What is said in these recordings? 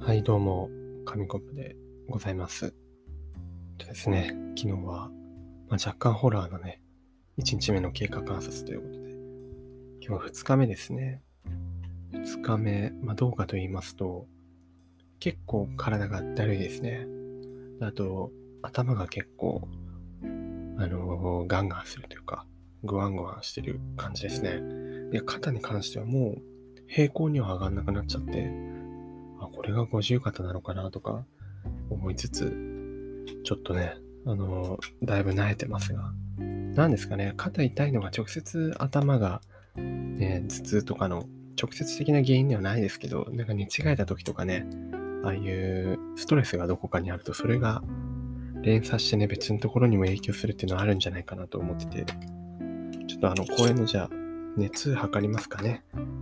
はい、どうも、紙コップでございます。ですね、昨日は、若干ホラーのね、1日目の経過観察ということで、今日は2日目ですね。2日目、どうかと言いますと、結構体がだるいですね。あと、頭が結構、ガンガンするというか、グワングワンしてる感じですね。で、肩に関してはもう、平行には上がんなくなっちゃって、これが五十肩なのかなとか思いつつ、ちょっとね、だいぶ慣れてますが、なんですかね、肩痛いのが直接頭が、ね、頭痛とかの直接的な原因ではないですけど、なんか寝違えた時とかね、ああいうストレスがどこかにあると、それが連鎖してね、別のところにも影響するっていうのはあるんじゃないかなと思ってて、ちょっと公園のじゃあ、熱測りますかね。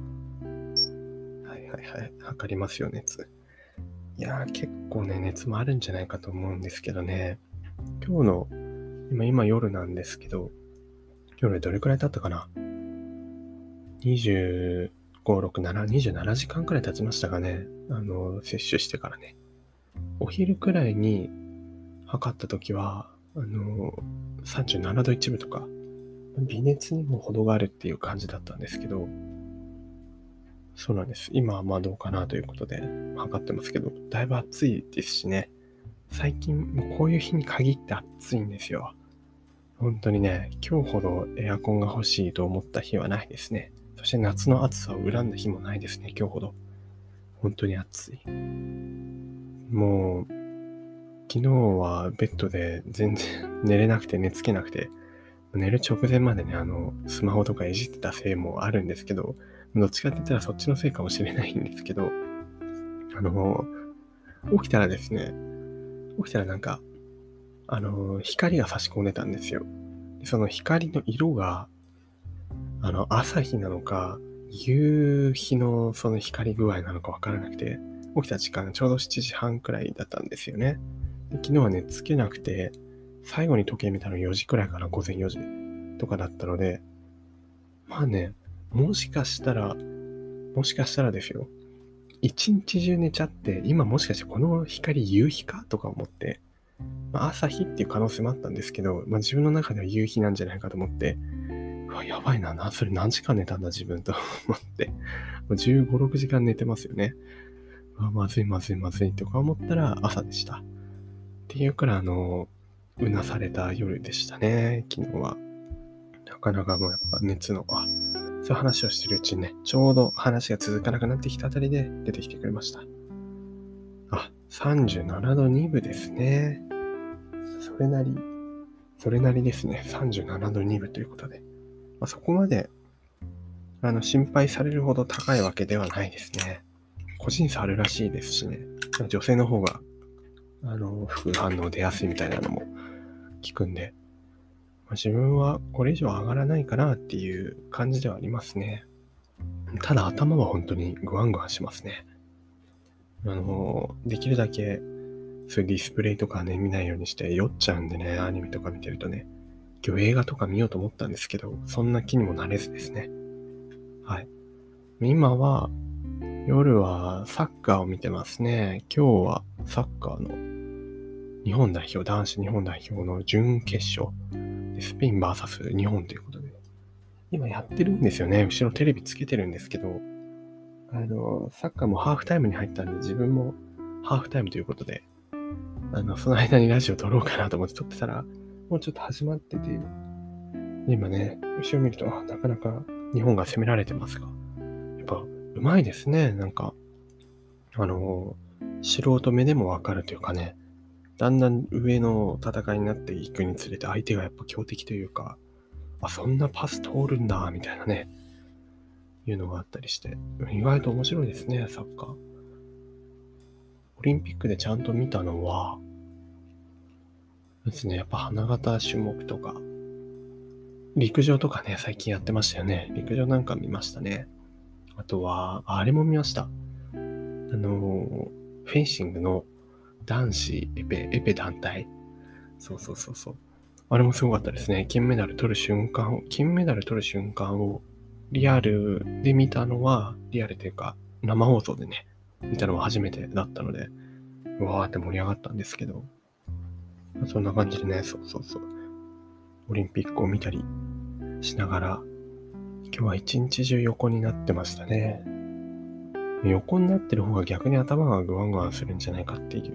はい、測りますよ、熱。いやー、結構ね、熱もあるんじゃないかと思うんですけどね、今日の、今夜なんですけど、夜どれくらい経ったかな ?25、6、7、27時間くらい経ちましたかね。接種してからね。お昼くらいに測った時は、37度1分とか、微熱にも程があるっていう感じだったんですけど、そうなんです。今はどうかなということで測ってますけど、だいぶ暑いですしね。最近、もうこういう日に限って暑いんですよ。本当にね、今日ほどエアコンが欲しいと思った日はないですね。そして夏の暑さを恨んだ日もないですね、今日ほど。本当に暑い。もう、昨日はベッドで全然寝れなくて寝つけなくて、寝る直前までね、スマホとかいじってたせいもあるんですけど、どっちかって言ったらそっちのせいかもしれないんですけど、起きたらですね、なんか、光が差し込んでたんですよ。その光の色が、朝日なのか、夕日のその光具合なのかわからなくて、起きた時間がちょうど7時半くらいだったんですよね。で昨日は寝つけなくて、最後に時計見たの4時くらいかな、午前4時とかだったので、もしかしたらですよ。一日中寝ちゃって、今もしかしてこの光夕日かとか思って、朝日っていう可能性もあったんですけど、自分の中では夕日なんじゃないかと思って、やばいな、それ何時間寝たんだ自分と思って、15、6時間寝てますよね。まずいとか思ったら朝でした。っていうくらいうなされた夜でしたね、昨日は。なかなかもうやっぱ熱の、そういう話をしてるうちにね、ちょうど話が続かなくなってきたあたりで出てきてくれました。37度2分ですね。それなりですね。37度2分ということで。そこまで、心配されるほど高いわけではないですね。個人差あるらしいですしね。女性の方が、副反応出やすいみたいなのも聞くんで、自分はこれ以上上がらないかなっていう感じではありますね。ただ頭は本当にグワングワンしますね。できるだけ、そういうディスプレイとかね、見ないようにして酔っちゃうんでね、アニメとか見てるとね、今日映画とか見ようと思ったんですけど、そんな気にもなれずですね。はい。今は、夜はサッカーを見てますね。今日はサッカーの日本代表、男子日本代表の準決勝でスペイン VS 日本ということで、今やってるんですよね。後ろテレビつけてるんですけど、サッカーもハーフタイムに入ったんで、自分もハーフタイムということで、その間にラジオ撮ろうかなと思って撮ってたら、もうちょっと始まってて、今ね、後ろ見ると、なかなか日本が攻められてますが、やっぱうまいですね。なんか、素人目でもわかるというかね、だんだん上の戦いになっていくにつれて相手がやっぱ強敵というか、そんなパス通るんだ、みたいなね、いうのがあったりして、意外と面白いですね、サッカー。オリンピックでちゃんと見たのは、ですね、やっぱ花形種目とか、陸上とかね、最近やってましたよね。陸上なんか見ましたね。あとは、あれも見ました。フェンシングの男子エペ団体。そう。あれもすごかったですね。金メダル取る瞬間をリアルで見たのは、リアルというか生放送でね、 見たのは初めてだったので、うわーって盛り上がったんですけど、そんな感じでね、オリンピックを見たりしながら、今日は一日中横になってましたね。横になってる方が逆に頭がグワングワンするんじゃないかっていう、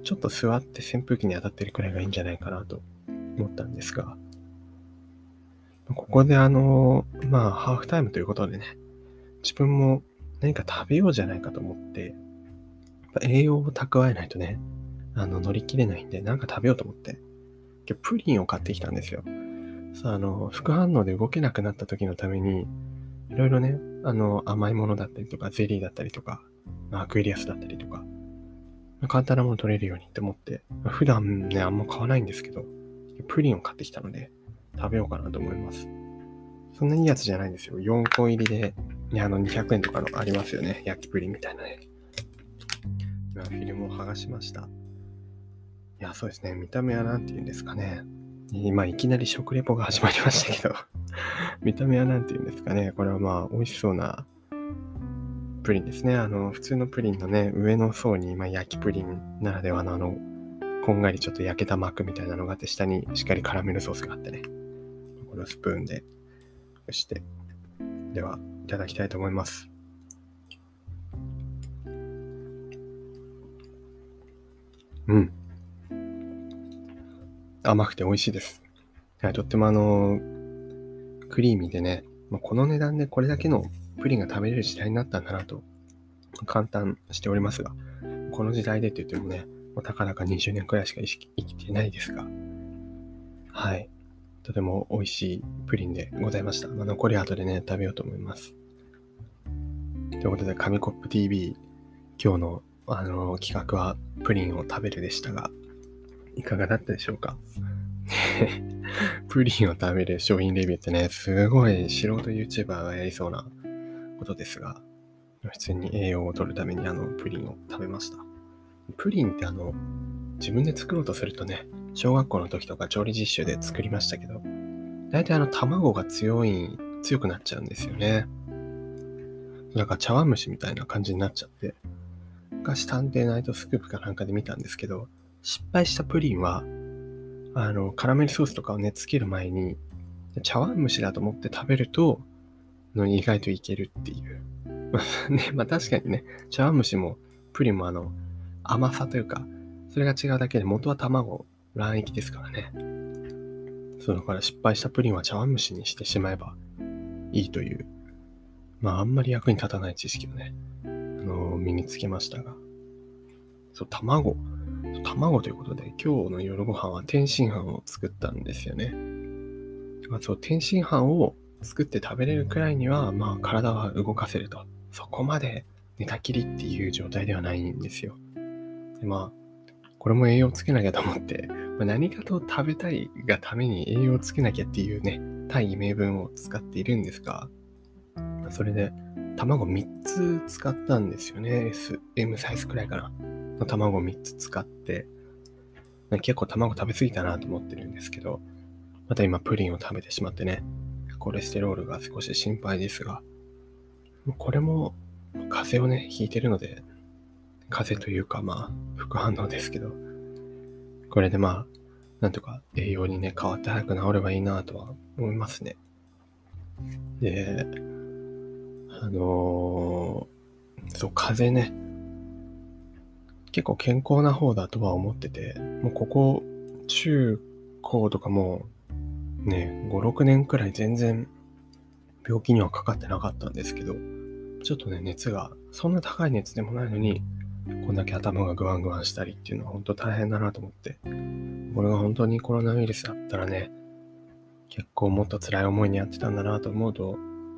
ちょっと座って扇風機に当たってるくらいがいいんじゃないかなと思ったんですが、ここでハーフタイムということでね、自分も何か食べようじゃないかと思って、栄養を蓄えないとね、乗り切れないんで、なんか食べようと思って、今日プリンを買ってきたんですよ。副反応で動けなくなった時のために、いろいろね、甘いものだったりとか、ゼリーだったりとか、アクエリアスだったりとか、簡単なもの取れるようにって思って、普段ね、あんま買わないんですけど、プリンを買ってきたので、食べようかなと思います。そんないいやつじゃないんですよ。4個入りで、200円とかのありますよね。焼きプリンみたいなね。今、フィルムを剥がしました。いや、そうですね。見た目はなんて言うんですかね。今、いきなり食レポが始まりましたけど、見た目はなんて言うんですかね。これは美味しそうなプリンですね。普通のプリンのね、上の層に、焼きプリンならではのこんがりちょっと焼けた膜みたいなのがあって、下にしっかりカラメルソースがあってね。これをスプーンで、そして、では、いただきたいと思います。甘くて美味しいです。とってもクリーミーでね、この値段でこれだけのプリンが食べれる時代になったんだなと感嘆しておりますが、この時代でって言ってもね、たかだか20年くらいしか生きてないですが、はい。とても美味しいプリンでございました。残り後でね、食べようと思います。ということで、紙コップ TV、今日の企画はプリンを食べるでしたが、いかがだったでしょうか。プリンを食べる商品レビューってね、すごい素人 YouTuber がやりそうなことですが、普通に栄養を取るためにプリンを食べました。プリンって自分で作ろうとするとね、小学校の時とか調理実習で作りましたけど、大体卵が強くなっちゃうんですよね。なんか茶碗蒸しみたいな感じになっちゃって、昔探偵ナイトスクープかなんかで見たんですけど、失敗したプリンは、カラメルソースとかをね、つける前に、茶碗蒸しだと思って食べると、意外といけるっていう。確かにね、茶碗蒸しもプリンも甘さというか、それが違うだけで元は卵、卵液ですからね。だから失敗したプリンは茶碗蒸しにしてしまえばいいという、あんまり役に立たない知識をね、身につけましたが。卵ということで、今日の夜ご飯は天津飯を作ったんですよね。天津飯を作って食べれるくらいには、体は動かせると。そこまで寝たきりっていう状態ではないんですよ。でこれも栄養つけなきゃと思って、何かと食べたいがために栄養つけなきゃっていうね、大義名分を使っているんですが、それで卵3つ使ったんですよね。M サイズくらいかな。の卵3つ使って、結構卵食べ過ぎたなと思ってるんですけど、また今プリンを食べてしまってね、コレステロールが少し心配ですが、これも風邪をね、ひいてるので、風邪というか副反応ですけど、これでなんとか栄養にね、変わって早く治ればいいなとは思いますね。で、風邪ね、結構健康な方だとは思ってて、もうここ、中高とかもね、5、6年くらい全然病気にはかかってなかったんですけど、ちょっとね、熱が、そんな高い熱でもないのに、こんだけ頭がグワングワンしたりっていうのは本当大変だなと思って、これが本当にコロナウイルスだったらね、結構もっと辛い思いにやってたんだなと思うと、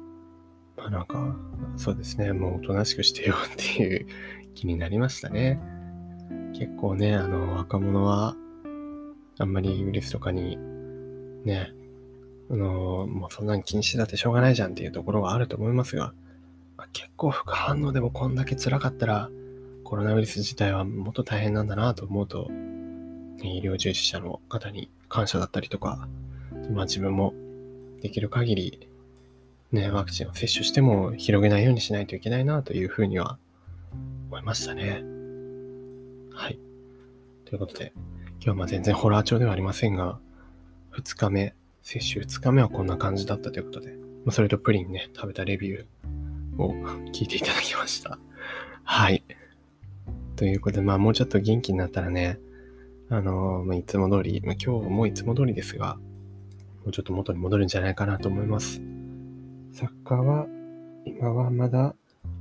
そうですね、もうおとなしくしてよっていう気になりましたね。結構ね、若者は、あんまりウイルスとかに、ね、もうそんなに気にしてたってしょうがないじゃんっていうところはあると思いますが、結構副反応でもこんだけ辛かったら、コロナウイルス自体はもっと大変なんだなと思うと、医療従事者の方に感謝だったりとか、自分もできる限り、ね、ワクチンを接種しても広げないようにしないといけないなというふうには思いいましたね。はい。ということで、今日は全然ホラー調ではありませんが、2日目、接種2日目はこんな感じだったということで、それとプリンね、食べたレビューを聞いていただきました。はい。ということで、もうちょっと元気になったらね、いつも通り、今日もいつも通りですが、もうちょっと元に戻るんじゃないかなと思います。サッカーは、今まだ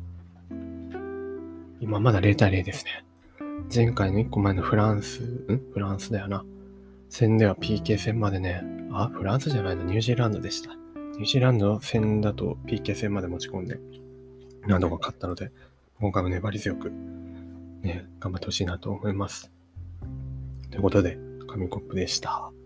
0対0ですね。前回の1個前のフランスだよな。戦では PK 戦までね、フランスじゃないの、ニュージーランドでした。ニュージーランド戦だと PK 戦まで持ち込んで、何度か勝ったので、今回も粘り強く、ね、頑張ってほしいなと思います。ということで、紙コップでした。